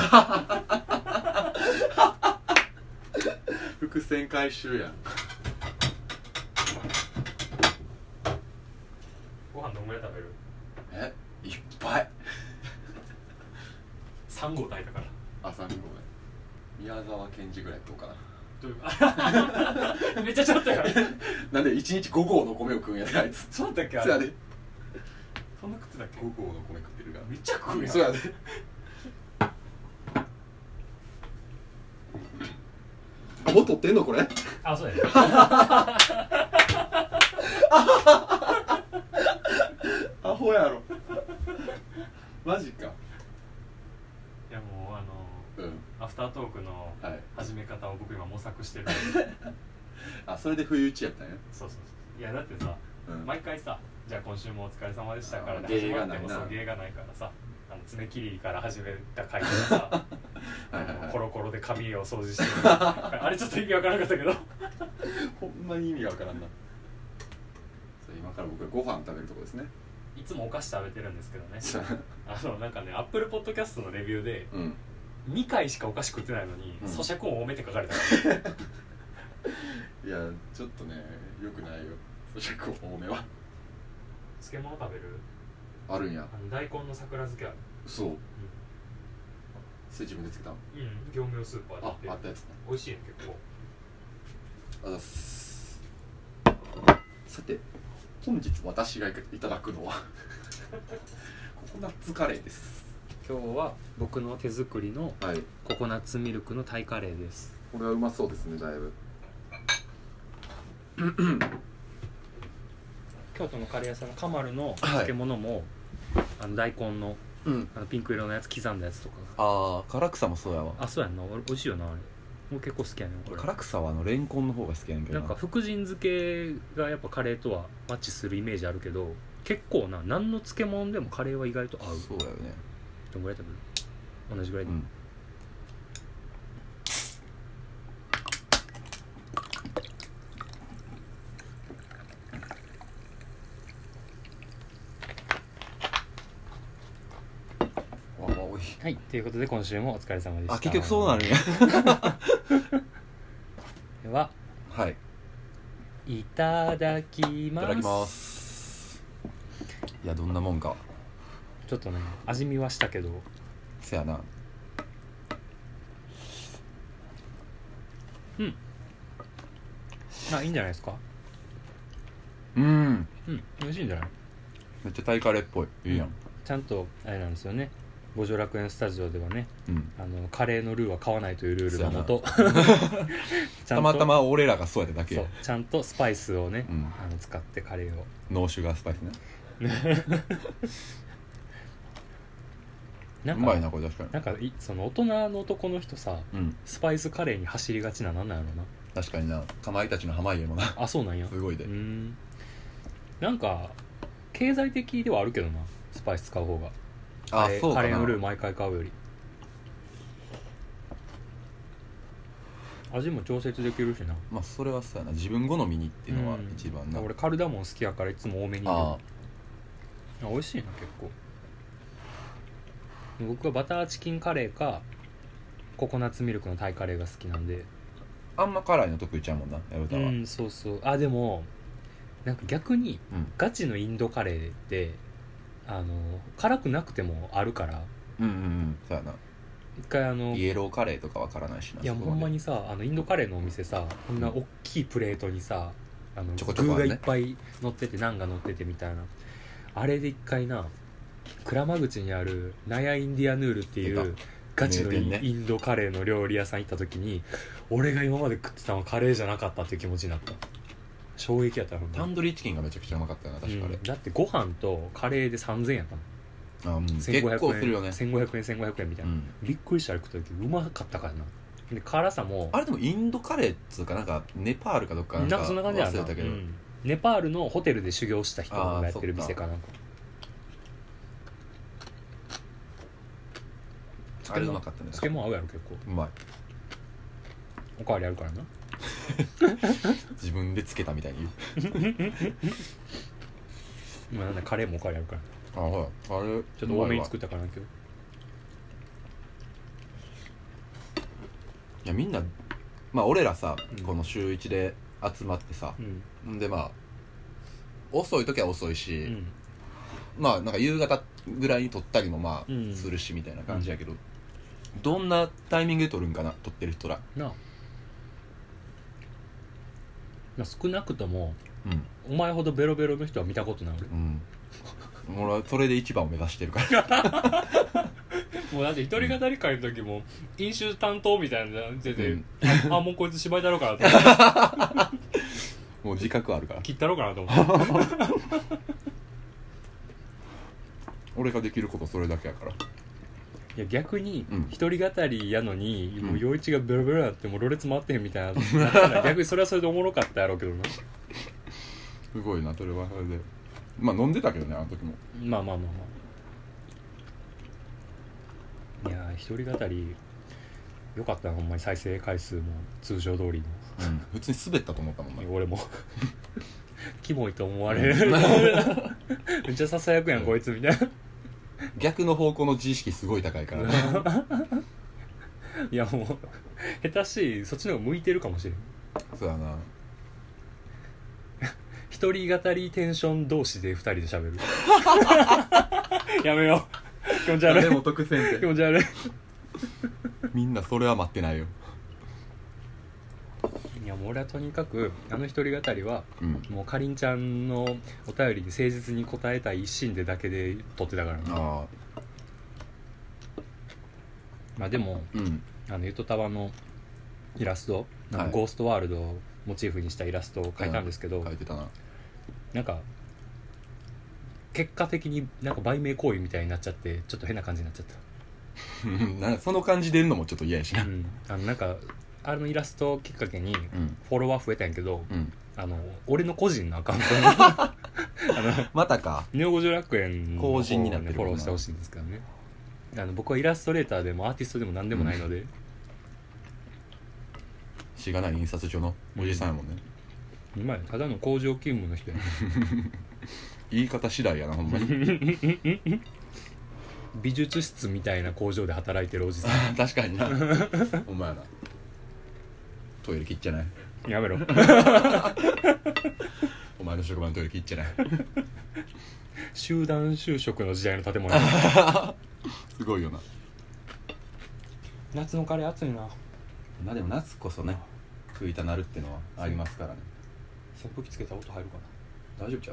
伏線回収やん。 ご飯どんぐらい食べる？ いっぱい。 3合炊いたから。 あ、3合ね。宮沢賢治ぐらいどうかな。 めっちゃちょっとや。 なんで1日5合の米を食うんやであいつ。 そうだっけ？あれそうやで。 そんな食ってたっけ？ 5合の米食ってるがめっちゃ食うやん。 そうやで。あ、もう撮ってんのこれ？ あ、そうやね。 アホやろ。マジか。 いやもうアフタートークの始め方を僕今模索してる。 あ、それで不意打ちやったんや。 そういやだってさ、毎回さ、じゃあ今週もお疲れ様でしたからで始まってもそう芸がないからさ、爪切りから始めた回とかさコロコロで髪を掃除してるあれちょっと意味わからなかったけどほんまに意味わからんな。今から僕らご飯食べるとこですね。 いつもお菓子食べてるんですけどねなんかね、アップルポッドキャストのレビューで、2回しかお菓子食ってないのに、咀嚼音多めって書かれたからいや、ちょっとね、よくないよ、咀嚼音多めは。 漬物食べる？ あるんや。 大根の桜漬けある。 そう、それ自分で漬けたの？ 業務用スーパーであったやつね。 美味しいね、結構。 あざっす。さて、本日私がいただくのはココナッツカレーです。 今日は僕の手作りのココナッツミルクのタイカレーです。 これはうまそうですね、だいぶ。 京都のカレー屋さんのカマルの漬物も、大根の、ピンク色のやつ刻んだやつとかああ、唐草もそうやわ。 あ、そうやんな、美味しいよなあれ。もう結構好きやねんこれ。 唐草はレンコンの方が好きやねんけどなんか福神漬けがやっぱカレーとはマッチするイメージあるけど、結構な、何の漬物でもカレーは意外と合う。 そうだよね。 どんぐらい食べる？同じぐらいで、はい、ということで今週もお疲れ様でした。 あ、結局そうなるんやでは、 はい、 いただきます。 いただきます。いや、どんなもんかちょっとね、味見はしたけど、 せやな。 いいんじゃないですか。 美味しいんじゃない？ めっちゃタイカレーっぽい。いいやん。 ちゃんとあれなんですよね、五条楽園スタジオではね、カレーのルーは買わないというルールのもとたまたま俺らがそうやっただけ。 そう、ちゃんとスパイスをね、使ってカレーを。 ノーシュガースパイスねなんかうまいなこれ。確かになんかその大人の男の人さ、スパイスカレーに走りがちな、なんなんやろな。 確かにな。かまいたちの濱家もな。 あ、そうなんや。 すごいで。 なんか経済的ではあるけどな、スパイス使う方が。 そうかな。 カレーのルー毎回買うより味も調節できるしな。 まあそれはそうやな。自分好みにっていうのは一番な。 俺カルダモン好きやからいつも多めに入れる。美味しいな結構。僕はバターチキンカレーかココナッツミルクのタイカレーが好きなんで。 あんま辛いの得意ちゃうもんな、やぶたは。 そうそう。あ、でもなんか逆に、ガチのインドカレーって辛くなくてもあるから。 そうやな。 一回イエローカレーとかは辛ないしな。 いやほんまにさ、インドカレーのお店さ、こんな大きいプレートにさ、 ちょこちょこ具がいっぱい乗ってて、ナンが乗っててみたいな。あれで一回な、鞍馬口にあるナヤインディアヌールっていうガチのインドカレーの料理屋さん行った時に、俺が今まで食ってたのはカレーじゃなかったっていう気持ちになった。衝撃やった。 タンドリーチキンがめちゃくちゃうまかったよな、確かあれ。 だってご飯とカレーで3000円やったの。 結構するよね。 1500円1500円みたいな、びっくりした。食った時うまかったからな。で辛さもあれでもインドカレーっつうか、なんかネパールかどっかなんかそんな感じやな。 忘れたけど、 ネパールのホテルで修行した人がやってる店かなんか。 あれうまかったね。 漬物合うやろ結構。 うまい。 おかわりあるからな自分でつけたみたいに言う今なんだカレーもおかわりあるから。 ほら、あれちょっと多めに作ったからな今日。 いやみんなまあ俺らさ、 うんこの週1で集まってさ、 うんんでまあ遅い時は遅いし、 うんまあなんか夕方ぐらいに撮ったりもまあうんするしみたいな感じやけど、どんなタイミングで撮るんかな、撮ってる人ら。 なあ、まあ、少なくともうんお前ほどベロベロの人は見たことない俺。 俺はそれで一番を目指してるからもうだって一人語り会の時も飲酒担当みたいなの出て、 うんあもうこいつ芝居だろうかなと思ってもう自覚あるから切ったろうかなと思って俺ができることそれだけやから。 いや逆にうん一人語りやのに、 うんもう陽一がベロベロになってもうろれつ回ってへんみたいななったら逆にそれはそれでおもろかったやろうけどな。 すごいな、それはそれで。まあ飲んでたけどね、あの時も。 まあまあまあまあ、いやー一人語りよかったなほんまに。再生回数も通常通りの。 普通に滑ったと思ったもんな。 俺もキモいと思われるめっちゃささやくやんこいつみたいな。 逆の方向の自意識すごい高いからねいやもう下手しそっちの方が向いてるかもしれん。 そうやな。 一人語りテンション同士で二人で喋るやめよう気持ち悪いでも特選気持ち悪い。 みんなそれは待ってないよ。 いやもう俺はとにかくあの一人語りはうんもうかりんちゃんのお便りに誠実に答えたい一心でだけで撮ってたからな。 ああまあでもゆとたわのイラストなんかゴーストワールドをモチーフにしたイラストを描いたんですけど、 書いてたな。 なんか結果的になんか売名行為みたいになっちゃってちょっと変な感じになっちゃっなんかその感じ出るのもちょっと嫌やした、 な。 なんかあのイラストをきっかけにうんフォロワー増えたんやけど、 うん俺の個人のアカウントにまたか。 ネオ五条楽園の方を個人になってるフォローしてほしいんですからね。僕はイラストレーターでもアーティストでも何でもないので、 しがない印刷所のおじさんやもんね。 今やただの工場勤務の人や言い方次第やなほんまに美術室みたいな工場で働いてるおじさん確かになお前やな。トイレ切っちゃない。 やめろお前の職場のトイレ切っちゃない集団就職の時代の建物すごいよな。 夏のカレー暑いな。 まあでも夏こそね食いたなるってのはありますからね。 扇風機つけたら音入るか大丈夫ちゃう。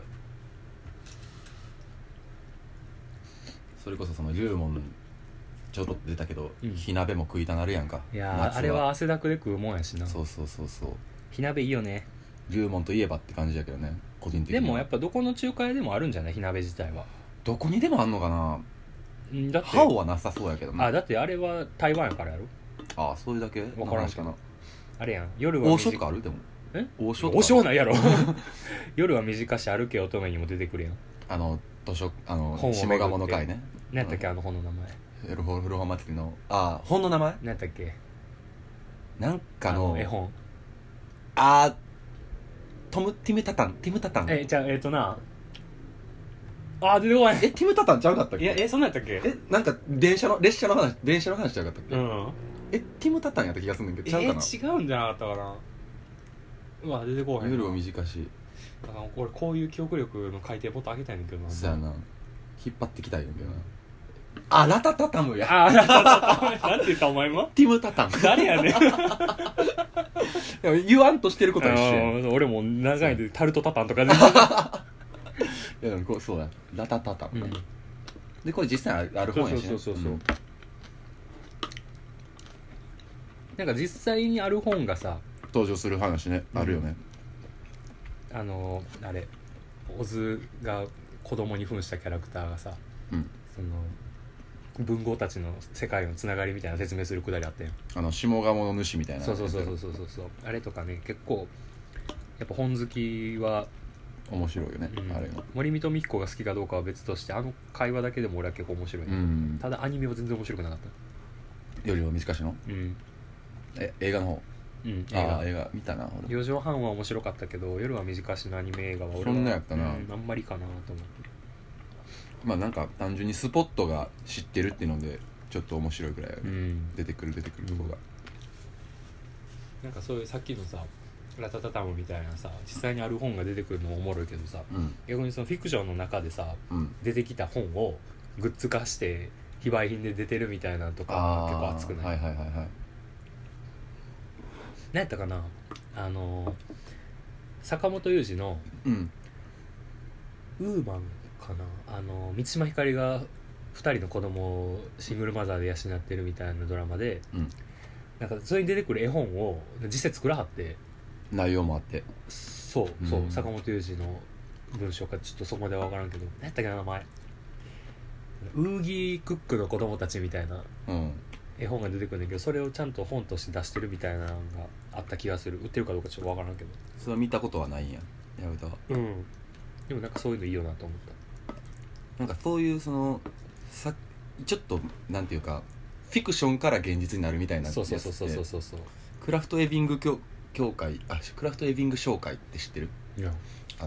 それこそその龍門ちょろっと出たけど、 うん火鍋も食いたなるやんか。 な。いや夏あれは汗だくで食うもんやしな。 そうそうそうそう。 火鍋いいよね。 龍門といえばって感じだけどね個人的には。 でもやっぱどこの中華屋でもあるんじゃない火鍋自体は。 どこにでもあんのかな。 だってハオはなさそうやけどな。 だってあれは台湾やからやろ。 ああそれだけわからんけどの話かな。 あれやん夜は王将とかあるでも。 え王将とか王将ないやろ夜は短し歩け乙女にも出てくるやん。 図書本を巡って下鴨の会ね。 何やったっけあの本の名前。 古本祭りの本の名前何やったっけなんかの絵本。 ティムタタンじゃあな出てこない。 ティムタタンちゃうかったっけ。 そんなんやったっけ。 なんか列車の話ちゃうかったっけ。 うんティムタタンやった気がするんだけどちゃうかな。 違うんじゃなかったかな。うわ出てこへんな。 夜を短しだから俺こういう記憶力の改定もっと上げたいねんけどな。 そうやな。引っ張ってきたいんだけどな。ラタタタムや。 なんて言ったお前もティムタタン誰やねん言わんとしてることは一緒やん。 俺も長いでタルトタタンとかで、 いやでもそうやラタタタン、でこれ実際ある本やしね。 そうなんか実際にある本がさ登場する話ね、あるよね。 あれオズが子供に扮したキャラクターがさ、その文豪たちの世界のつながりみたいな説明するくだりあったよ。 下鴨の主みたいな。 そうあれとかね結構やっぱ本好きは面白いよね、あれの森見と美彦が好きかどうかは別としてあの会話だけでも俺は結構面白い、ただアニメは全然面白くなかった。 夜を短しの映画の方。映画見たな俺。 4畳半は面白かったけど夜は短しのアニメ映画は俺はそんなやったな、 あんまりかなと思って。 まあなんか単純にスポットが知ってるっていうのでちょっと面白いぐらい、出てくるとこが、 なんかそういうさっきのさラタタタムみたいなさ実際にある本が出てくるのもおもろいけどさ、逆にそのフィクションの中でさ出てきた本をグッズ化して非売品で出てるみたいなのとか結構熱くない？ はいはいはいはい。 何やったかな、坂本龍二のウーマンかな、満島ひかりが2人の子供をシングルマザーで養ってるみたいなドラマで、なんかそれに出てくる絵本を実際作らはって、 内容もあって、 そうそう、坂本龍二の文章かちょっとそこまでは分からんけど、何やったっけな名前、ウーギークックの子供たちみたいな絵本が出てくるんだけど、それをちゃんと本として出してるみたいなのがあった気がする。売ってるかどうかちょっと分からんけど、 それは見たことはないんや。やめた。 でもなんかそういうのいいよなと思った。 なんかそういうそのちょっとなんていうかフィクションから現実になるみたいなやつって、クラフトエビング協会、クラフトエビング商会って知ってる？ いや、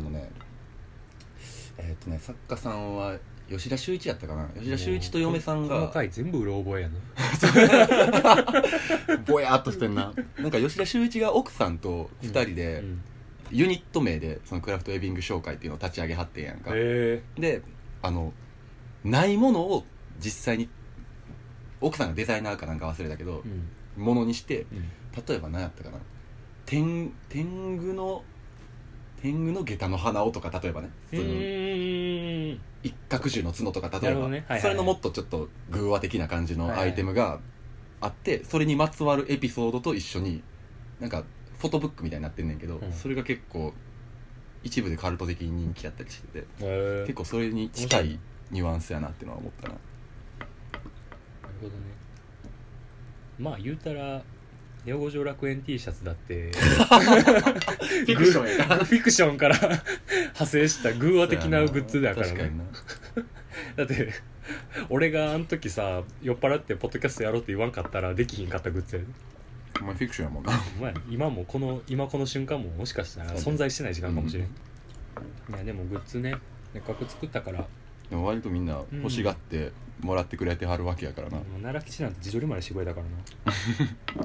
作家さんは吉田修一やったかな。吉田修一と嫁さんがこの回全部うろ覚えやなぼやーっとしてんな。なんか吉田修一が奥さんと2人で、ユニット名でそのクラフトエビング商会っていうのを立ち上げはってんやんか。でないものを実際に奥さんがデザイナーかなんか忘れたけど、ものにして、例えば何やったかな、天狗の下駄の鼻緒とか、例えばね、その一角獣の角とか、例えば、それのもっとちょっと偶話的な感じのアイテムがあって、それにまつわるエピソードと一緒になんかフォトブックみたいになってんねんけど、それが結構一部でカルト的に人気やったりしてて、結構それに近いニュアンスやなっていうのは思ったな。 なるほどね。まあ言うたらネオ五条楽園 T シャツだってフィクションやからフィクションから派生した偶話的なグッズだからね。だって俺があの時さ酔っ払ってポッドキャストやろうって言わんかったらできひんかったグッズやで。 お前フィクションやもんな。 お前今この瞬間ももしかしたら存在してない時間かもしれん。いやでもグッズね、せっかく作ったから。 でも割とみんな欲しがってもらってくれてはるわけやからな。 奈良吉なんて自撮りまでしてくれたからな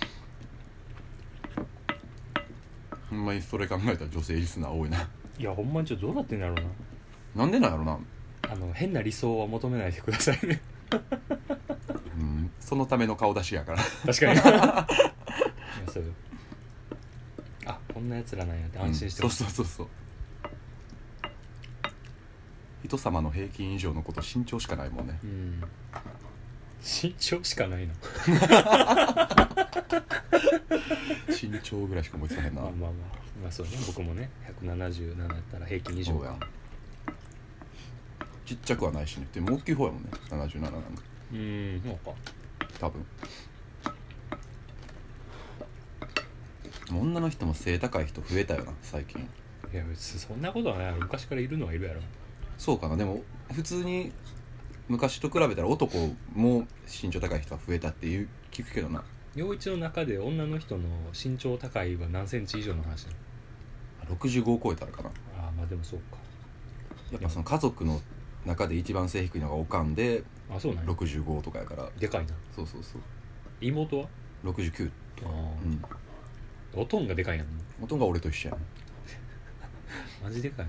ほんまにそれ考えたら女性リスナー多いな。 いやほんまにちょっとどうなってんだろうな。 なんでなんやろな。 変な理想は求めないでくださいねそのための顔出しやから確かにいやそうよ。こんなやつらなんやって安心してます、 そう人様の平均以上のこと身長しかないもんね。 身長しかないの身長ぐらいしか思いつかへんな。 まあそうね、僕もね177やったら平均以上や。 ちっちゃくはないしね。でも大きい方やもんね、77なんか。 そうか多分。女の人も背高い人増えたよな最近。 いや別にそんなことはない。昔からいるのはいるやろ。 そうかな。でも普通に昔と比べたら男も身長高い人は増えたっていう聞くけどな。 陽一の中で女の人の身長高いは何センチ以上の話なの ？65超えたらかな。 まあでもそうか。 やっぱその家族の中で一番背低いのがおかんで、 そうなんや。 65とかやからでかいな。 そう妹は 69とか。 おとんがでかいやん。 おとんが俺と一緒やんマジでかい。い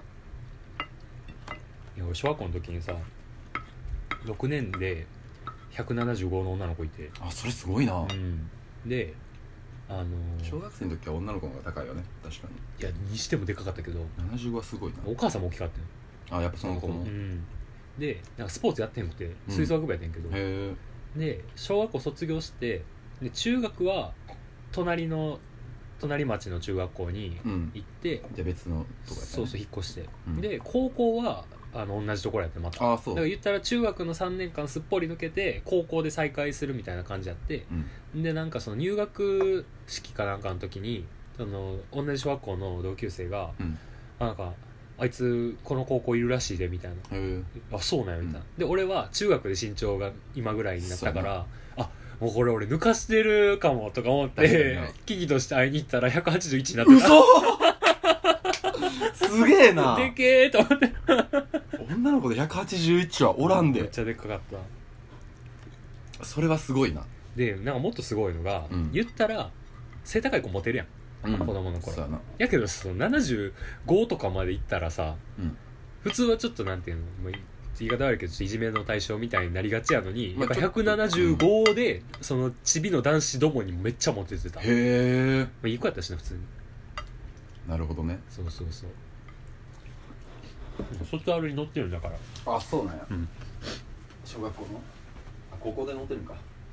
や俺小学校の時にさ6年で175の女の子いて。 それすごいな。 で小学生の時は女の子の方が高いよね。確かに。 いやにしてもでかかったけど 75はすごいな。 お母さんも大きかったよ。 やっぱその子も。 でなんかスポーツやってんくて吹奏楽部やってんけど、で小学校卒業してで中学は隣町の中学校に行って、 じゃあ別のとこやったね。 そう引っ越して、で高校は同じところやってまた。 そうだから言ったら中学の3年間すっぽり抜けて高校で再会するみたいな感じやって、でなんかその入学式かなんかの時に同じ小学校の同級生が、なんかあいつこの高校いるらしいでみたいな。そうなんやみたいな。で俺は中学で身長が今ぐらいになったからもうこれ俺抜かしてるかもとか思って危機として会いに行ったら181になってた。 嘘すげえな。 でけーと思って女の子で181はおらんで。 めっちゃでかかった。 それはすごいな。 でなんかもっとすごいのが、言ったら背高い子モテるやん、子供の頃そうやな。 やけどその75とかまでいったらさ、普通はちょっとなんていうの、もう言い方悪いけどちょっといじめの対象みたいになりがちやのに、やっぱ175でそのチビの男子どもにめっちゃモテてた。 へえ。 まあ、いい子やったしな普通に。 なるほどね。 そうそうそう。卒アルに乗ってるんだから。 あ、そうなんや。小学校の高校で乗ってるんか。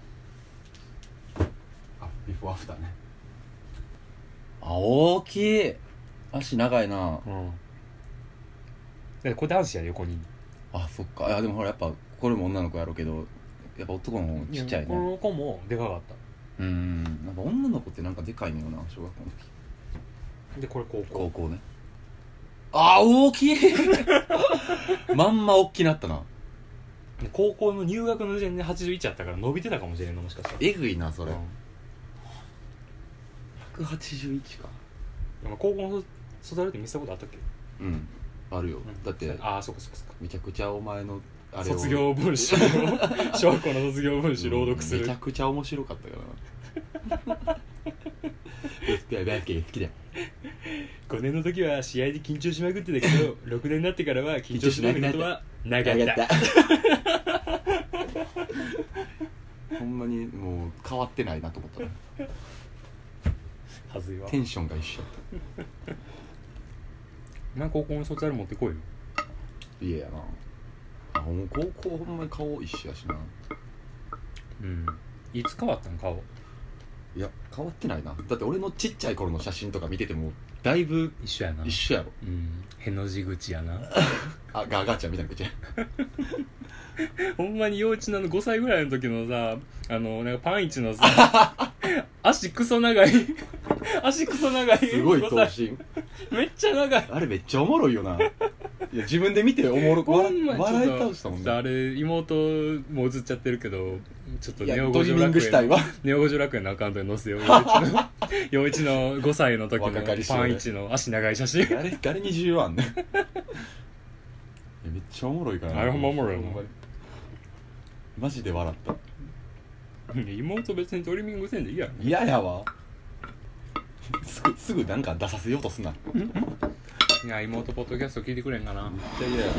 あ、ビフォーアフターね。あ、大きい。足長いな。 でこれ男子やで横に。 あ、そっか。いやでもほらやっぱこれも女の子やろうけど、やっぱ男の方ちっちゃいね。 この子もでかかった。 なんか女の子ってなんかでかいのよな、小学校の時。 でこれ高校ね。あ、大きいまんま大きなったな。 高校の入学の時点で81やったから伸びてたかもしれんの、もしかしたら。 えぐいなそれ、181か。 高校の卒アルって見せたことあったっけ？ あるよ、だってああ、そっかそっかそっか。 めちゃくちゃお前のあれを卒業文集を小学校の卒業文集朗読する、 めちゃくちゃ面白かったからなバスケ好きだよ。 5年の時は試合で緊張しまくってたけど6年になってからは緊張しなくなったはなかったほんまにもう変わってないなと思ったらはずいわ。 テンションが一緒。 まあ高校の卒アル持ってこいよ。 いやな。もう高校ほんまに顔一緒やしな。 いつ変わったの顔？ いや変わってないな。だって俺のちっちゃい頃の写真とか見ててもだいぶ一緒やな。 一緒やろ。 への字口やなあ、ガーちゃんみたいな口やほんまに幼稚なの5歳ぐらいの時のさ、なんかパンイチのさ足クソ長い足クソ長いすごい頭身めっちゃ長い。 あれめっちゃおもろいよな。いや自分で見ておもろ笑い倒したもんね。 あれ妹も映っちゃってるけど、ちょっとネオトリミングしたいわ。 ネオ五条楽園のアカウントに載せよう。陽一の5歳の時のパンイチの足長い写真。 誰に需要あんねんめっちゃおもろいから。 あれほんまおもろいよな。 マジで笑った。 妹別にトリミングせんでいいやろ。 嫌やわ。すぐなんか出させようとすな。 いや妹ポッドキャスト聞いてくれんかな。 めっちゃ嫌やな。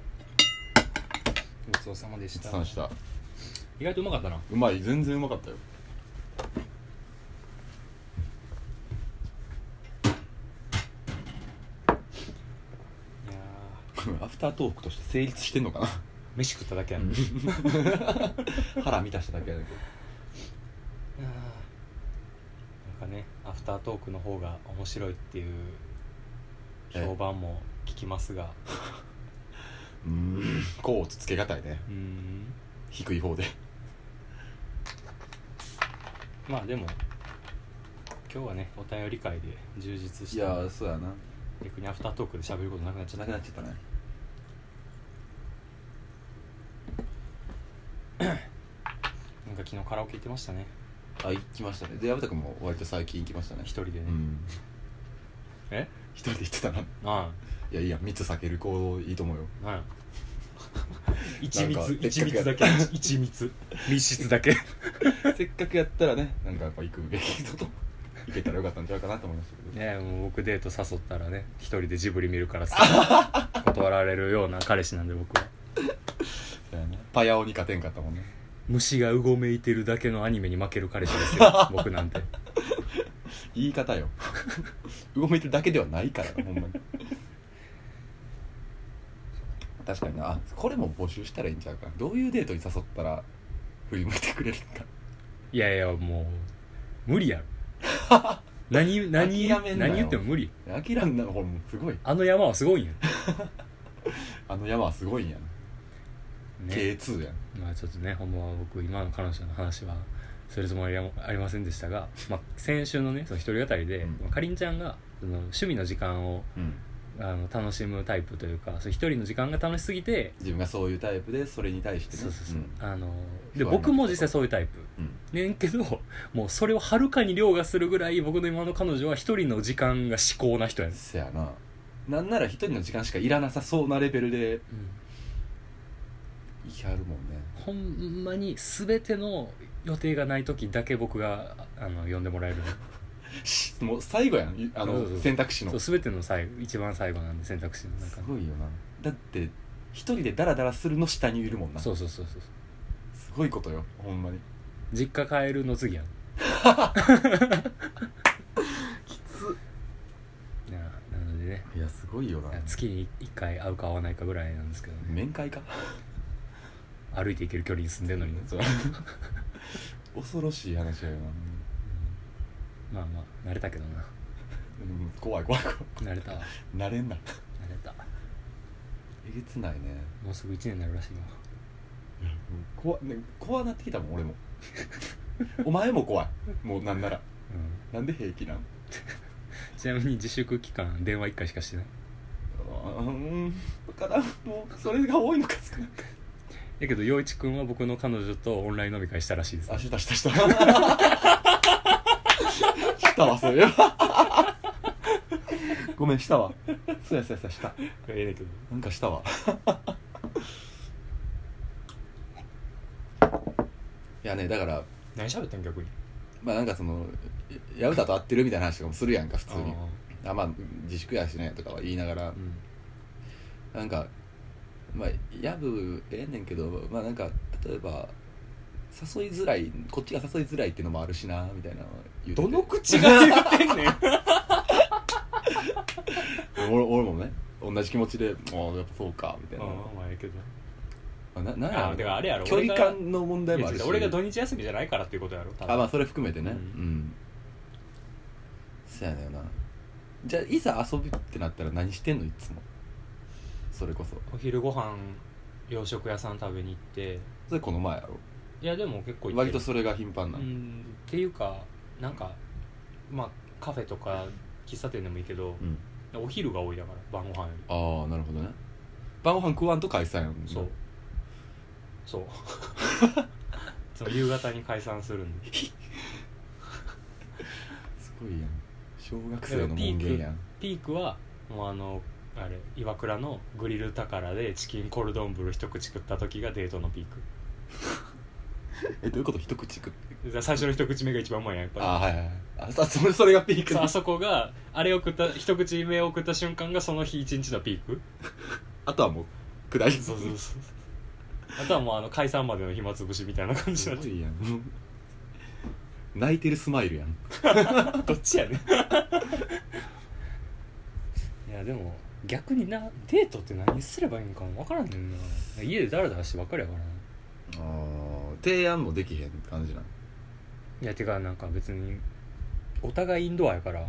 ごちそうさまでした。意外とうまかったな。 うまい、全然うまかったよ。いやアフタートークとして成立してんのかな。 飯食っただけやん。 腹満たしただけやねんけど。 なんかね、アフタートークの方が面白いっていう評判も聞きますが、 こうつけがたいね。低い方で。 まあでも今日はね、お便り会で充実して、 いやそうやな。 逆にアフタートークで喋ることなくなっちゃったね。なんか昨日カラオケ行ってましたね。 あ、行きましたね。で、矢部君も割と最近行きましたね。 一人でね。 一人で行ってたな。いやいや、密避ける子いいと思うよ。一密だけ。一密密室だけせっかくやったらね、なんかやっぱ行くべき人と行けたらよかったんちゃうかなと思いましたけどね。もう僕デート誘ったらね、一人でジブリ見るからさ断られるような彼氏なんで僕は。 パヤオに勝てんかったもんね。 虫がうごめいてるだけのアニメに負ける彼氏ですよ僕なんて。 言い方ようごめいてるだけではないからな、ほんまに。確かにな。これも募集したらいいんちゃうか。どういうデートに誘ったら振り向いてくれるんか。 いやいや、もう無理やろ何言っても無理。 諦めんなの。ほんますごい。 あの山はすごいんやあの山はすごいんやな、ね、K2 やん。 まあちょっとね、ほんまは僕今の彼女の話はするつもりはありませんでしたが、先週のね、その一人語りで、かりんちゃんがその趣味の時間を、楽しむタイプというか、そう一人の時間が楽しすぎて、 自分がそういうタイプでそれに対してね。 で僕も実際そういうタイプ、ねんけど、もうそれをはるかに凌駕するぐらい僕の今の彼女は一人の時間が至高な人やねん。 せやな。なんなら一人の時間しかいらなさそうなレベルで、いはるもんね。 ほんまに全ての予定がない時だけ僕が呼んでもらえるもう最後やんそう選択肢のそう全ての一番最後なんで選択肢の中すごいよな。だって一人でダラダラするの下にいるもんな。 そうそうそうそうすごいことよほんまに。 実家帰るの次やんきつ。 なのでねいやすごいよな。 月に1回会うか会わないかぐらいなんですけどね。 面会か歩いて行ける距離に住んでるのにね。 そう恐ろしい話やよな、 まあまあ慣れたけどな。 怖い怖い怖い。 慣れたわ。 慣れんな。 慣れた。 えげつないね。 もうすぐ1年になるらしいわ。 怖なってきたもん俺もお前も怖いもうなんなら、なんで平気なん。 ちなみに自粛期間電話1回しかしてない。 分からん。もうそれが多いのか少ないか。 だけど陽一くんは僕の彼女とオンライン飲み会したらしいです、ね、 したしたわそれはごめんしたわ。そうやしたええねんけどなんかしたわいやねだから何喋ったん逆に。 まあなんかその矢歌と会ってるみたいな話とかもするやんか普通に。まあ自粛やしねとかは言いながら、なんかまあやぶええねんけど、まあなんか例えば誘いづらい、こっちが誘いづらいっていうのもあるしなみたいなの言うてて。 どの口が言ってんねん俺もね同じ気持ちでやっぱそうかみたいな。 まあええけどなんやろ、 だからあれやろ、 距離感の問題もあるし。 俺が土日休みじゃないからっていうことやろ多分。 まあそれ含めてね。そうやねんな。じゃあいざ遊びってなったら何してんのいつも。それこそお昼ご飯洋食屋さん食べに行って。 それこの前やろ。 いやでも結構行ってる割とそれが頻繁なの。 っていうかなんかまあカフェとか喫茶店でもいいけど、お昼が多いだから晩ご飯より。 ああなるほどね。晩ご飯食わんと解散やん。 そうその夕方に解散するんですごいやん。小学生の門限やん。 ピークはもうあれ岩倉のグリル宝でチキンコルドンブル一口食った時がデートのピーク。 どういうこと？一口食って。 最初の一口目が一番うまいやんやっぱり。 はいそれがピーク。 あそこがあれを食った一口目を食った瞬間がその日一日のピーク。 あとはもう下り。 そうあとはもう解散までの暇つぶしみたいな感じになってるやん。泣いてるスマイルやんどっちやねんいやでも逆にな、デートって何すればいいんか分からんねんな。家でダラダラしてばっかりやからな。 提案もできへん感じなん。 いやてかなんか別にお互いインドアやから、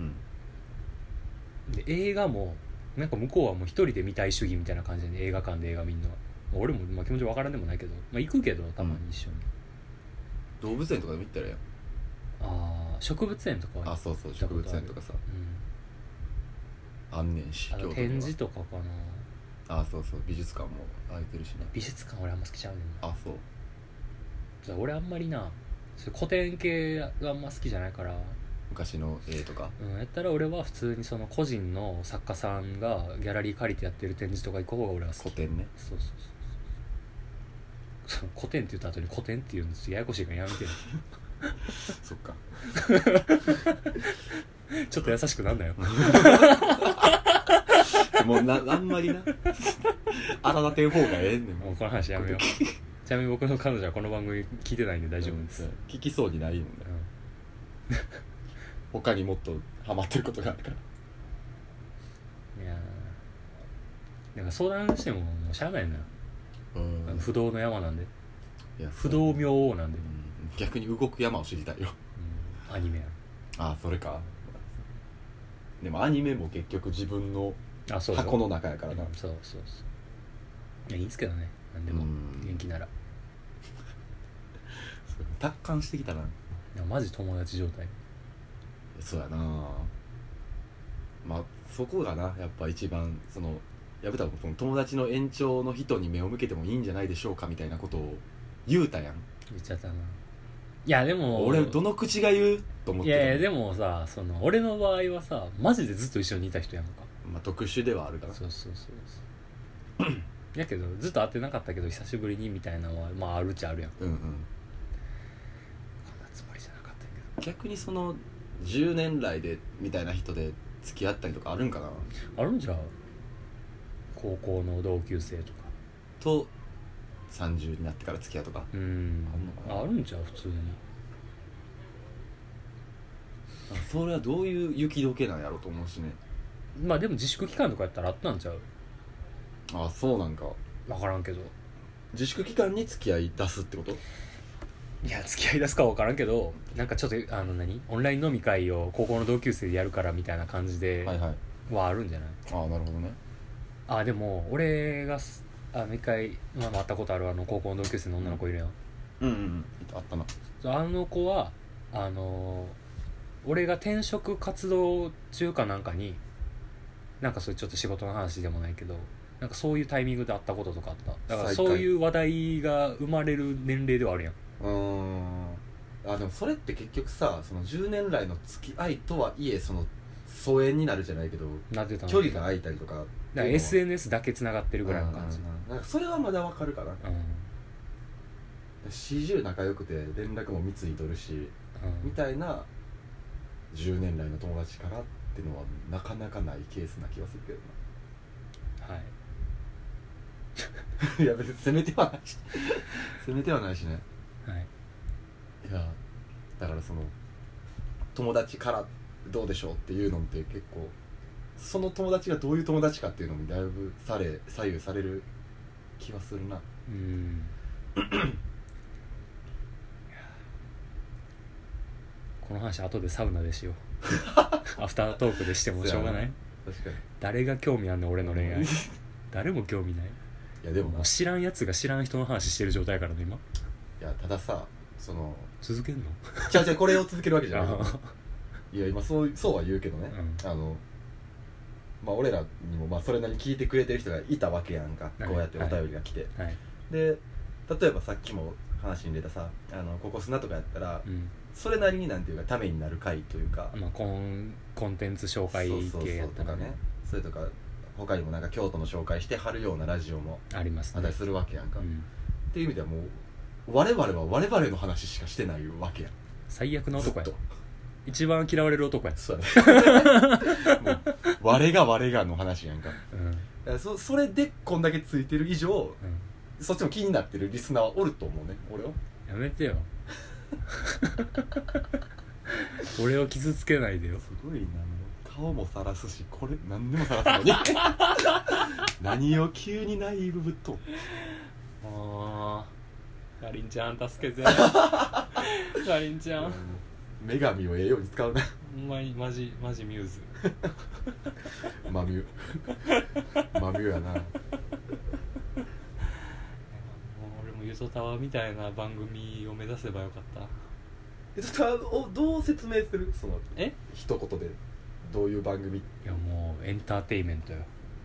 で映画もなんか向こうはもう一人で見たい主義みたいな感じで映画館で映画見んのは、俺もまあ気持ち分からんでもないけど、まあ、行くけどたまに一緒に、 動物園とかでも行ったらやん。 植物園とかはそう植物園とかさ、あんねんし、 あと展示とかかな。 そう美術館も空いてるしな。 美術館俺あんま好きちゃうねんな。 そうじゃあ俺あんまりなそう古典系があんま好きじゃないから、 昔の絵とか、 やったら俺は普通にその個人の作家さんがギャラリー借りてやってる展示とか行く方が俺は好き。 古典ね。 そう古典って言った後に古典って言うんですよ。ややこしいからやめてそっかちょっと優しくなんなよもうあんまりな荒立てん方がええねん。 もうこの話やめようちなみに僕の彼女はこの番組聞いてないんで大丈夫です、 聞きそうにないもんね、他にもっとハマってることがあるから。 いやなんか相談してももうしゃあないな、不動の山なんで。いや不動明王なんで、 逆に動く山を知りたいよ、 アニメやそれか。でもアニメも結局自分の箱の中やからな。 そういやいいんすけどね、なんでも元気なら。 達観してきたな。 いやマジ友達状態。 そうやな。まあそこがなやっぱ一番そのやぶたもその友達の延長の人に目を向けてもいいんじゃないでしょうかみたいなことを言うたやん。 言っちゃったな。いやでも俺どの口が言うと思ってる。 いやでもさ、その俺の場合はさマジでずっと一緒にいた人やんか。 特殊ではあるから。 そうやけどずっと会ってなかったけど久しぶりにみたいなのはまああるっちゃあるやん。こんなつもりじゃなかったけど。 逆にその 10年来でみたいな人で付き合ったりとかあるんかな。 あるんじゃう。高校の同級生とかと30になってから付き合うとか。 あるのかな。あるんじゃう普通に。 それはどういう雪解けなんやろうと思うしね。 まあでも自粛期間とかやったらあったんちゃう。 あ、そうなんか。 分からんけど。 自粛期間に付き合い出すってこと。 いや付き合い出すか分からんけど、なんかちょっとオンライン飲み会を高校の同級生でやるからみたいな感じではいはい。 はあるんじゃない。 ああ、なるほどね。 あでも俺が一回、会ったことある高校の同級生の女の子いるやん。 うんうんうん、あったな。 あの子は俺が転職活動中かなんかになんかそういうちょっと仕事の話でもないけど、なんかそういうタイミングで会ったこととかあった。だからそういう話題が生まれる年齢ではあるやん。 あ、でもそれって結局さ、その10年来の付き合いとはいえ、その疎遠になるじゃないけど、 なってたの距離が空いたりとか、 だから SNS だけつながってるぐらいの感じ。 なんかそれはまだわかるかな。40仲良くて連絡も密に取るし、みたいな10年来の友達からっていうのはなかなかないケースな気がするけどはいな。いや別に責めてはないし責めてはないしね。 はい。 いやだからその友達からどうでしょうっていうのって結構その友達がどういう友達かっていうのもだいぶ左右される気はするな。 この話後でサウナでしようアフタートークでしてもしょうがない。 確かに。 誰が興味あんの俺の恋愛誰も興味ない。 いやでももう知らんやつが知らん人の話してる状態やからね今。 いやたださ、その続けんのじゃあこれを続けるわけじゃないいや今そうは言うけどね、まあ俺らにもまあそれなりに聞いてくれてる人がいたわけやんか、こうやってお便りが来て、 はい、 で例えばさっきも話に出たさココスナとかやったら、それなりになんていうかためになる回というか、 まあ、コンテンツ紹介系やったらね、 それとか他にもなんか京都の紹介してはるようなラジオもありますね、 あったりするわけやんか、っていう意味ではもう我々は我々の話しかしてないわけやん。 最悪の男や。一番嫌われる男や。 そうやねもう我がの話やんか、それでこんだけついてる以上、そっちも気になってるリスナーはおると思うね。俺はやめてよ俺を傷つけないでよ。 すごいな、顔もさらすし、これ何でもさらすのに何を急にナイーブぶっとん。 かりんちゃん助けてかりんちゃん女神をええように使うな。 ほんまにマジミューズマミュやな。 俺もゆとたわみたいな番組を目指せばよかった。 ゆとたわをどう説明する？その一言でどういう番組？いやもうエンターテインメントよ。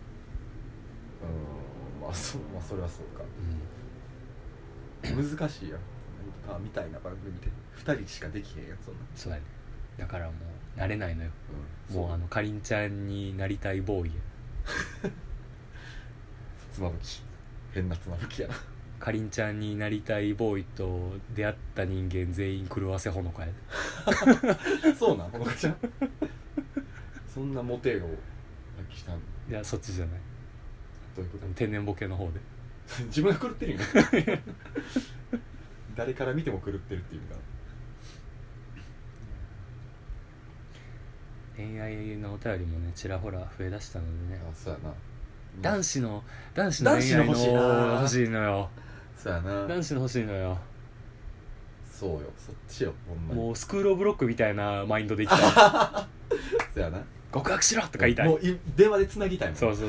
まあそれはそうか、難しいやんみたいな番組で2人しかできへんやん、そんな。 そうやね。だからもう慣れないのよ、もうかりんちゃんになりたいボーイやつまぶき、変なつまぶきやな。 かりんちゃんになりたいボーイと出会った人間全員狂わせほのかやそうなん、ほのかちゃんそんなモテを発揮したん？いやそっちじゃない。 どういうこと？ 天然ボケの方で自分が狂ってるよ誰から見ても狂ってるっていうか。 恋愛のお便りもねちらほら増えだしたのでね。 そうやな。 男子の恋愛の欲しいのよ。 そうやな。 男子の欲しいのよ。 そうよ、そっちよ、ほんまに。もうスクールオブロックみたいなマインドでいきたいそうやな。 告白しろとか言いたい。 もう電話でつなぎたいもん。 そう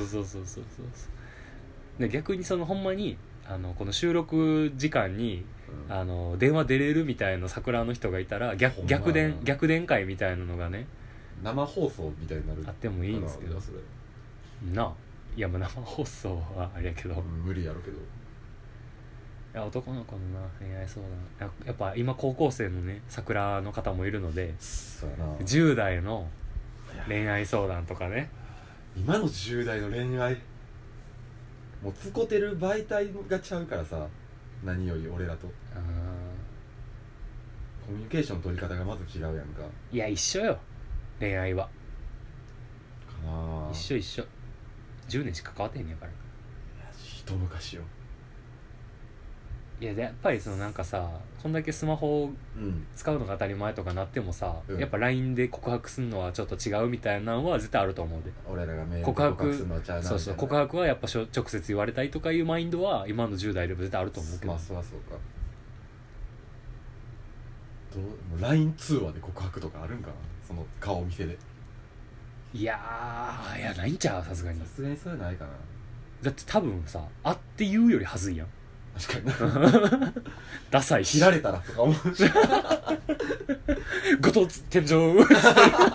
で逆にそのほんまにこの収録時間に、電話出れるみたいな桜の人がいたら逆電会みたいなのがね、 生放送みたいになるあってもいいんですけどいやもう生放送はあれやけど、 無理やろうけど。 いや男の子の恋愛相談やっぱ今高校生のね桜の方もいるので、 そうやな、 10代の恋愛相談とかね。 今の10代の恋愛もうつこてる媒体がちゃうからさ、何より俺らとコミュニケーションの取り方がまず違うやんか。 いや一緒よ恋愛は。 かな一緒10年しか変わってへんねんから。 一昔よ。 いややっぱりそのなんかさ、こんだけスマホを使うのが当たり前とかなってもさ、やっぱ LINE で告白するのはちょっと違うみたいなのは絶対あると思うで。 俺らがメールで告白するのちゃうな。 そう告白はやっぱ直接言われたいとかいうマインドは今の10代でも絶対あると思うけど。 まあそうかもう LINE 通話で告白とかあるんかな、その顔見せで。 いやないんちゃう、さすがに。 さすがにそれないかな。 だって多分さ、会って言うよりはずいやん。 確かになダサいし切られたらとか思うしごと天井映ってる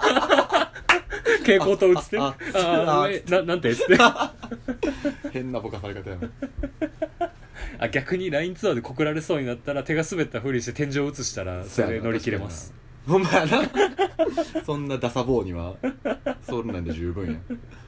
蛍光灯映ってるなんてっつって変なぼかされ方やな逆に LINE ツアーで告られそうになったら手が滑ったふりして天井映したらそれで乗り切れます。 ほんまやなそんなダサ坊にはそんなんで十分や。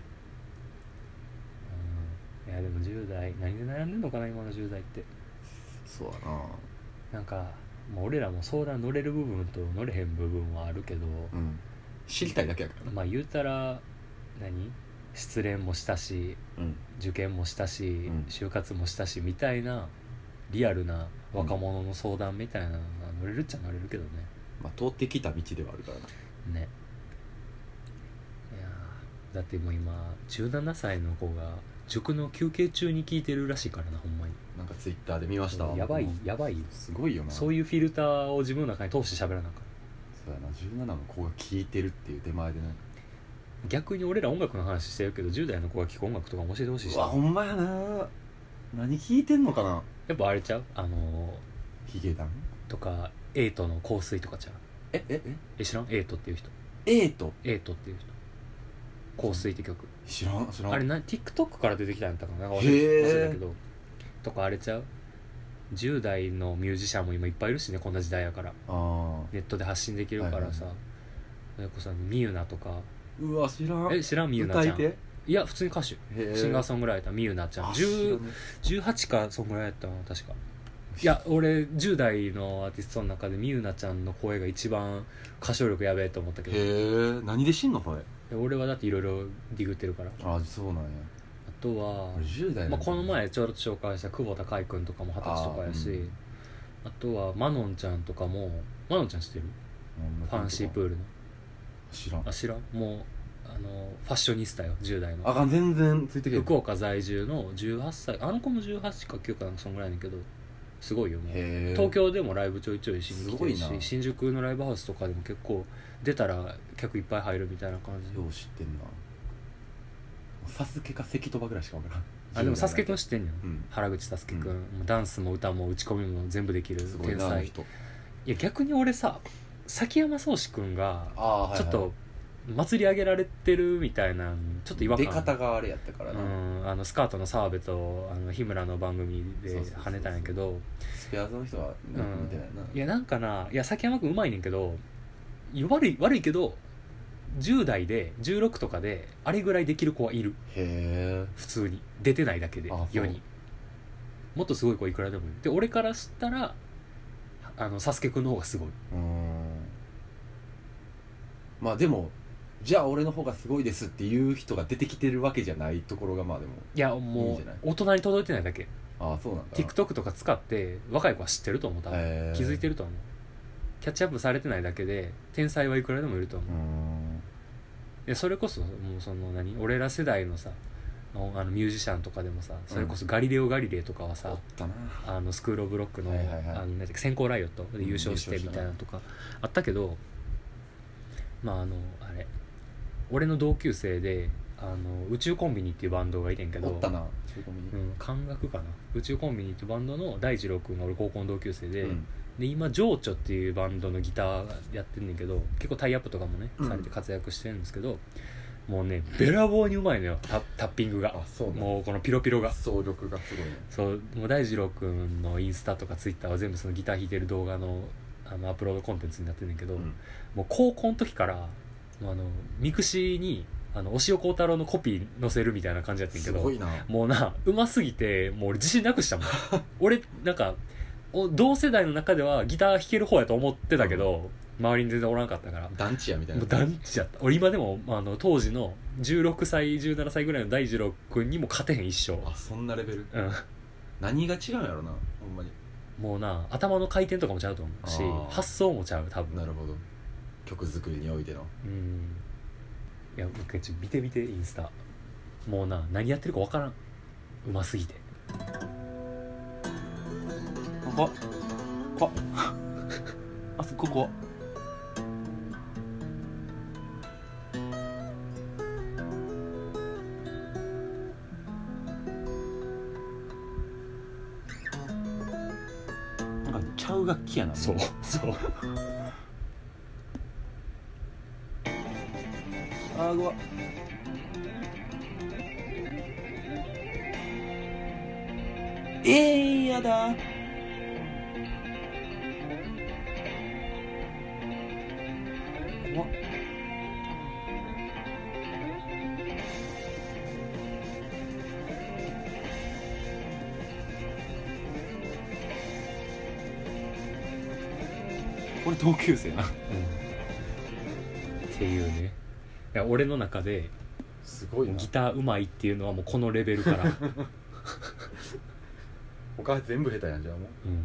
いやでも10代何で悩んでんのかな今の10代って。 そうやな。 なんかもう俺らも相談乗れる部分と乗れへん部分はあるけど、 知りたいだけやからな。 まあ言うたら失恋もしたし、受験もしたし、就活もしたしみたいなリアルな若者の相談みたいなのが乗れるっちゃ乗れるけどね。 まあ通ってきた道ではあるからな。 ね。いやだってもう今17歳の子が塾の休憩中に聞いてるらしいからな、ほんまに。 なんかツイッターで見ました。 やばいよ。 すごいよな。 そういうフィルターを自分の中に通して喋らなあかん。 そうやな、17の子が聴いてるっていう手前でね。 逆に俺ら音楽の話してるけど10代の子が聴く音楽とかも教えてほしいし。 うわほんまやな。何聴いてんのかな。 やっぱあれちゃうヒゲダンとかエイトの香水とかちゃう。知らん？エイトっていう人。エイトっていう人。香水って曲知らん。 あれTikTok から出てきたんやったかな、忘れたけど。とかあれちゃう、10代のミュージシャンも今いっぱいいるしね、こんな時代やから。ネットで発信できるからさ、それこそみゆなとか。 うわ知らん。 知らんみゆなちゃん。いや普通に歌手、シンガーソングライターみゆなちゃん。18かそんぐらいやったな確か。いや俺10代のアーティストの中でみゆなちゃんの声が一番歌唱力やべえと思ったけど。 何で知んのこれ。 俺はだっていろいろディグってるから。 そうなんや。 あとは 10代、 この前ちょろっと紹介した久保田海君とかも20歳とかやし、あとはマノンちゃんとかも。マノンちゃん知ってる？ファンシープールの。 知らん。 もうファッショニスタよ、10代の。 全然ついてける。 福岡在住の18歳、あの子も18か9かなんかそんぐらいやねんけど、すごいよ。もう東京でもライブちょいちょいしに来てるし、新宿のライブハウスとかでも結構出たら客いっぱい入るみたいな感じ。 よう知ってんな。サスケか関戸場ぐらいしか分からん。 でもサスケくん知ってんのよ、原口サスケくん、もうダンスも歌も打ち込みも全部できる天才。いや逆に俺さ、崎山壮志くんがちょっと祭り上げられてるみたいな、ちょっと違和感。 出方があれやったからな。 スカートの澤部と日村の番組で跳ねたんやけど、 スペアーズの人は見てないな。 いやなんかな、いや崎山くんうまいねんけど、悪いけど10代で16とかであれぐらいできる子はいる。普通に出てないだけで世に。もっとすごい子いくらでもいる。で俺からしたらサスケくんの方がすごい。 まあでもじゃあ俺の方がすごいですっていう人が出てきてるわけじゃないところがまあでもいやもう大人に届いてないだけ。 そうなんだ。 TikTok とか使って若い子は知ってると思う。多分気づいてると思う。キャッチアップされてないだけで天才はいくらでもいると思う。いやそれこそもう俺ら世代のさミュージシャンとかでもさ、それこそガリレオ・ガリレイとかはさ、スクール・オブ・ロックの先行ライオットで優勝してみたいなとかあったけど、あれ俺の同級生で宇宙コンビニっていうバンドがいてんけど、感覚かな、宇宙コンビニっていうバンドの大二郎君が俺高校の同級生で、で今情緒っていうバンドのギターやってんねんけど、結構タイアップとかもねされて活躍してるんですけど、もうねべらぼうにうまいのよ、タッピングが。もうこのピロピロが走力がすごいね。 そうもう大二郎君のインスタとかツイッターは全部そのギター弾いてる動画のアップロードコンテンツになってんねんけど、もう高校の時からミクシーに押尾幸太郎のコピー載せるみたいな感じやってんけど、 すごいな。 もううますぎてもう俺自信なくしたもん俺なんか同世代の中ではギター弾ける方やと思ってたけど、周りに全然おらんかったから団地やみたいな。 もう団地やった。俺今でも当時の16歳17歳ぐらいの大二郎君にも勝てへん一生。 あ、そんなレベル。 うん、 何が違うんやろな、ほんまに。 もうな、頭の回転とかもちゃうと思うし、発想もちゃう多分。 なるほど。曲作りにおいての。 うん。いや、もう一回見てみて、インスタ。もうな、何やってるか分からん、うますぎて。 あ、ここなんかちゃう楽器やな。 そうそうあー、ごわやだ。怖っ。これ同級生な。 っていうね。いや、俺の中ですごいな。 ギターうまいっていうのはもうこのレベルから他全部下手やんじゃあも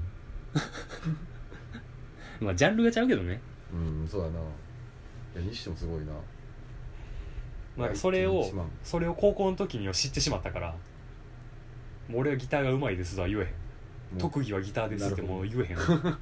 まあジャンルがちゃうけどね。 う。そうだな。いや、にしてもすごいな。 なんかそれを高校の時には知ってしまったから、もう俺はギターがうまいですとは言えへん。特技はギターですってもう言えへん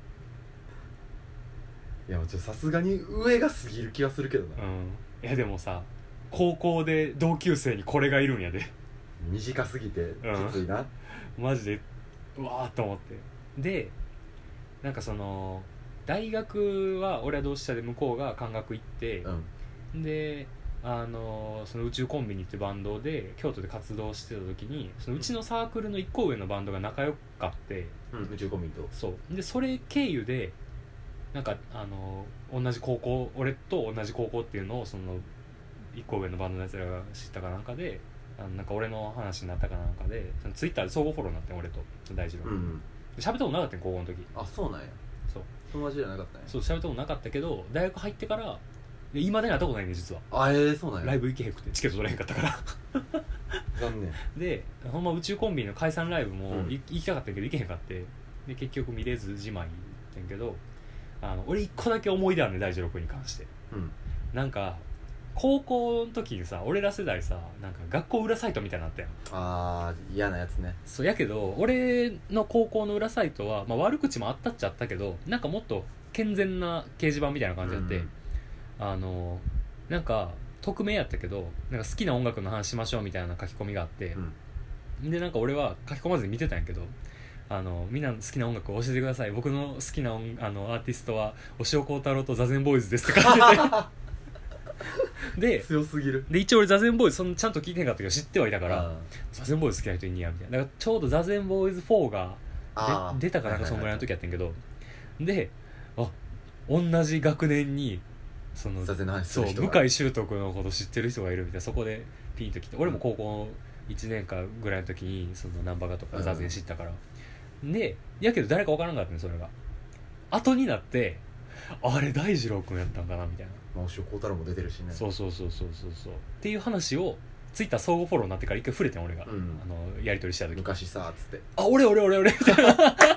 いや、さすがに上が過ぎる気はするけどな。 いやでもさ、高校で同級生にこれがいるんやで短すぎてきついな、 マジでうわーっと思って。でなんかその大学は俺は同志社で向こうが漢学行って、でその宇宙コンビニってバンドで京都で活動してた時に、そのうちのサークルの1個上のバンドが仲良かって、 宇宙コンビニと。 そうでそれ経由でなんか同じ高校、俺と同じ高校っていうのをその1個上のバンドのやつらが知ったかなんかで、なんか俺の話になったかなんかで、そのツイッターで相互フォローになってん俺と大二郎、喋ったことなかったん高校の時。 あ、そうなんや。 そう友達じゃなかったんや。 そう、喋ったことなかったけど大学入ってから今までに会ったことないね実は。 そうなんや。 ライブ行けへんくてチケット取れへんかったから残念。 でほんま宇宙コンビニの解散ライブも、行きたかったけど行けへんかって、で結局見れずじまいってんけど、俺一個だけ思い出あるね大二郎君に関して。なんか高校の時にさ、俺ら世代さ、なんか学校裏サイトみたいなのあったやん。 嫌なやつね。 そうやけど俺の高校の裏サイトは、まあ、悪口もあったっちゃあったけど、なんかもっと健全な掲示板みたいな感じやって、なんか匿名やったけど、なんか好きな音楽の話しましょうみたいな書き込みがあって、でなんか俺は書き込まずに見てたんやけど、みんな好きな音楽を教えてください、僕の好きなアーティストは押尾コ太郎とザゼンボーイズですって書いててで強すぎる。 で一応俺ザゼンボーイズちゃんと聞いてへんかったけど知ってはいたから、ザゼンボーイズ好きな人いんねやみたいな。だからちょうどザゼンボーイズ4が出たかなんかそんぐらいの時やってんけど、で同じ学年にそのそう向井秀徳のこと知ってる人がいるみたいな、そこでピンときて、俺も高校1年間ぐらいの時にそのナンバガとかザゼン知ったから、でやけど誰か分からんかったね。それが後になってあれ大二郎君やったんかなみたいな。 押尾コ太郎も出てるしね。 そうっていう話をツイッター相互フォローになってから一回触れてん俺が、やり取りした時昔さっつって俺みたいな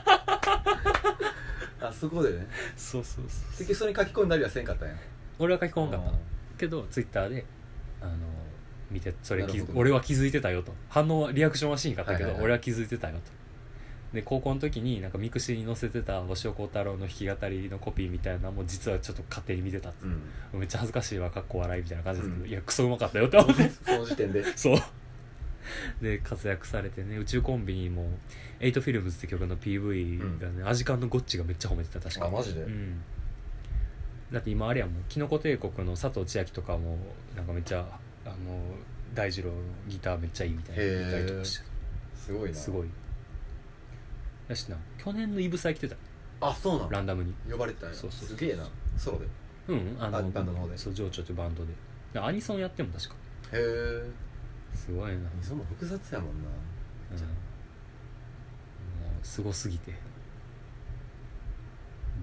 そこでね。 そう結局それに書き込んだりはせんかったんや。 俺は書き込んかったけどツイッターで見て、それ俺は気づいてたよと。反応はリアクションはしんかったけど、俺は気づいてたよと。で高校の時になんかミクシーに載せてた押尾コ太郎の弾き語りのコピーみたいなのも実はちょっと勝手に見てたっつって、めっちゃ恥ずかしいわかっこ笑いみたいな感じですけど、いやクソうまかったよって思ってその時点でそうで活躍されてね、宇宙コンビニもエイトフィルムズって曲の PV がね、アジカンのゴッチがめっちゃ褒めてた確か。 マジで、 だって今あれやもん、キノコ帝国の佐藤千亜とかもなんかめっちゃ大二郎のギターめっちゃいいみたいな言ったりとかして、 すごいな。 すごいだしな、去年のイブサイ来てた。 そうなの。 ランダムに呼ばれてたんや。 そうすげえな。ソロでバンドの方で。 そう、情緒というバンドでアニソンやっても確か。 へえ、 すごいな。アニソンも複雑やもんな。 もうすごすぎて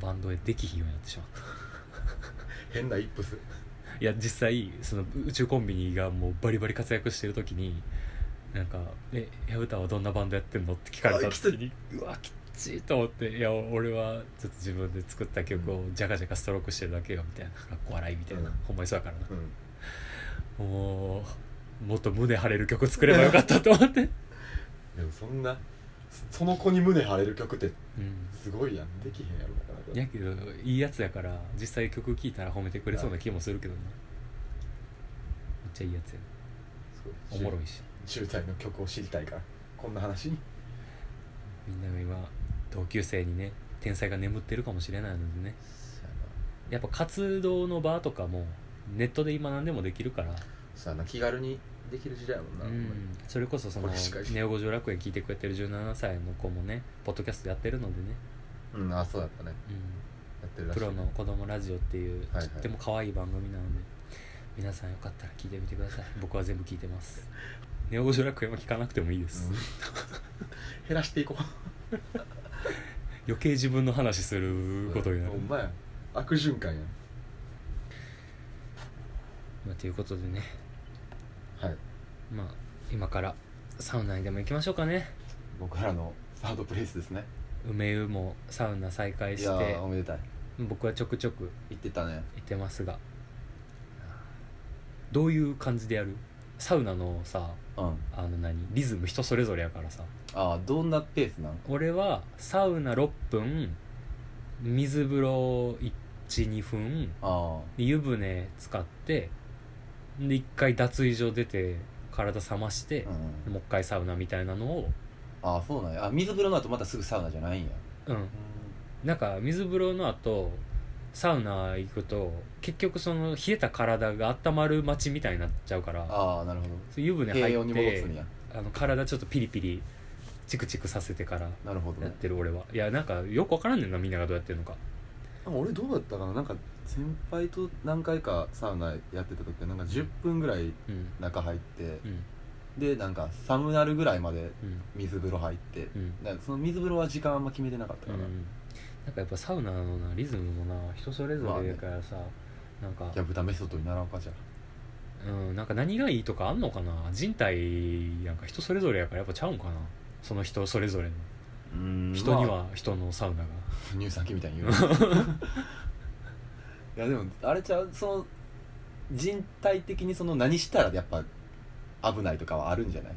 バンドできひんようになってしまった変なイップス。 いや実際その宇宙コンビニがもうバリバリ活躍してる時になんか矢歌はどんなバンドやってんのって聞かれた時にうわきついと思って、いや俺はちょっと自分で作った曲をジャカジャカストロークしてるだけよみたいな、かっこ笑いみたいな、ほんまにそうやからな、もっと胸張れる曲作ればよかったと思ってでもその子に胸張れる曲ってすごいやん、できへんやろなかなか。 やけどいいやつやから実際曲聴いたら褒めてくれそうな気もするけどね、めっちゃいいやつや、おもろいし。 10代の曲を知りたいからこんな話に。 みんなが今同級生にね天才が眠ってるかもしれないのでね、やっぱ活動の場とかもネットで今何でもできるから、 さあな気軽にできる時代やもんな、 それこそそのネオ五条楽園聞いてくれてる17歳の子もねポッドキャストやってるのでね、 あそうだったね、やってるらしい、 プロの子供ラジオっていう、 はいはい、 とっても可愛い番組なので皆さんよかったら聞いてみてください。僕は全部聞いてます。ネオ五条楽園は聞かなくてもいいです、 減らしていこう余計自分の話することになる、 ほんまや悪循環や、 ということでね、 はい、 今からサウナにでも行きましょうかね。 僕らのサードプレイスですね。 梅湯もサウナ再開して、 いやおめでたい。 僕はちょくちょく行ってたね。 行ってますが、どういう感じでやる？サウナのさ、リズム人それぞれやからさ、 どんなペースなん？ 俺はサウナ6分、水風呂 1,2 分、湯船使ってで1回脱衣所出て体冷まして、もう一回サウナみたいなのを。 そうなんや。水風呂の後またすぐサウナじゃないんや。 なんか水風呂の後サウナ行くと結局その冷えた体が温まる街みたいになっちゃうから、 なるほど。 湯船入って平穏に戻すんや。 体ちょっとピリピリチクチクさせてからやってる俺は。いやなんかよく分からんねんな、みんながどうやってるのか。 俺どうだったかな、なんか先輩と何回かサウナやってた時はなんか10分ぐらい中入って、でなんか寒なるぐらいまで水風呂入って、その水風呂は時間あんま決めてなかったから、 なんかやっぱサウナのなリズムもな人それぞれやからさ、なんか豚メソッドにならんかじゃなんか何がいいとかあんのかな。人体なんか人それぞれやからやっぱちゃうんかな、その人それぞれの。人には人のサウナが乳酸菌みたいに言ういやでもあれちゃう、その人体的にその何したらやっぱ危ないとかはあるんじゃない？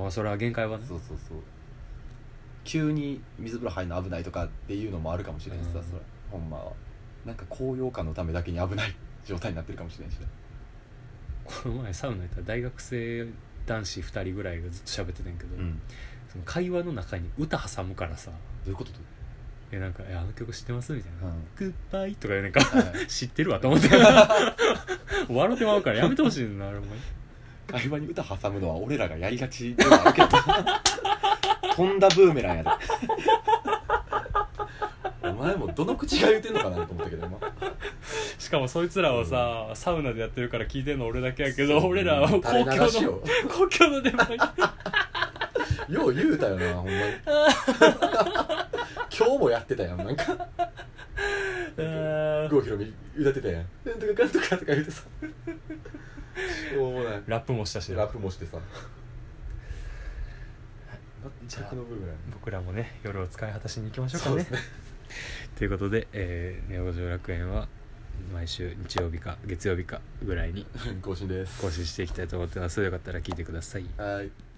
それは限界はね。 そう急に水風呂入るの危ないとかっていうのもあるかもしれんしさ、それほんまはなんか高揚感のためだけに危ない状態になってるかもしれんしね。 この前サウナ行ったら大学生男子2人ぐらいがずっと喋ってたんやけど、その会話の中に歌挟むからさ。 どういうこと？ なんかあの曲知ってますみたいな、グッバイとかなんか、知ってるわと思って笑ってまうからやめてほしいな。 会話に歌挟むのは俺らがやりがちではあるけど飛んだブーメランやでお前もどの口が言うてんのかなと思ったけど今しかもそいつらはさ、サウナでやってるから聞いてるの俺だけやけど、俺らは公共の電波によう言うたよなほんまに今日もやってたやん、なんか郷ひろみ歌ってたやん、なんとかかんとかとか言うてさラップもしたし、 ラップもしてさじゃあ僕らもね夜を使い果たしに行きましょうかね。ということで、ネオ五条楽園は毎週日曜日か月曜日かぐらいに更新です。 更新していきたいと思ってます。よかったら聞いてください。 はい。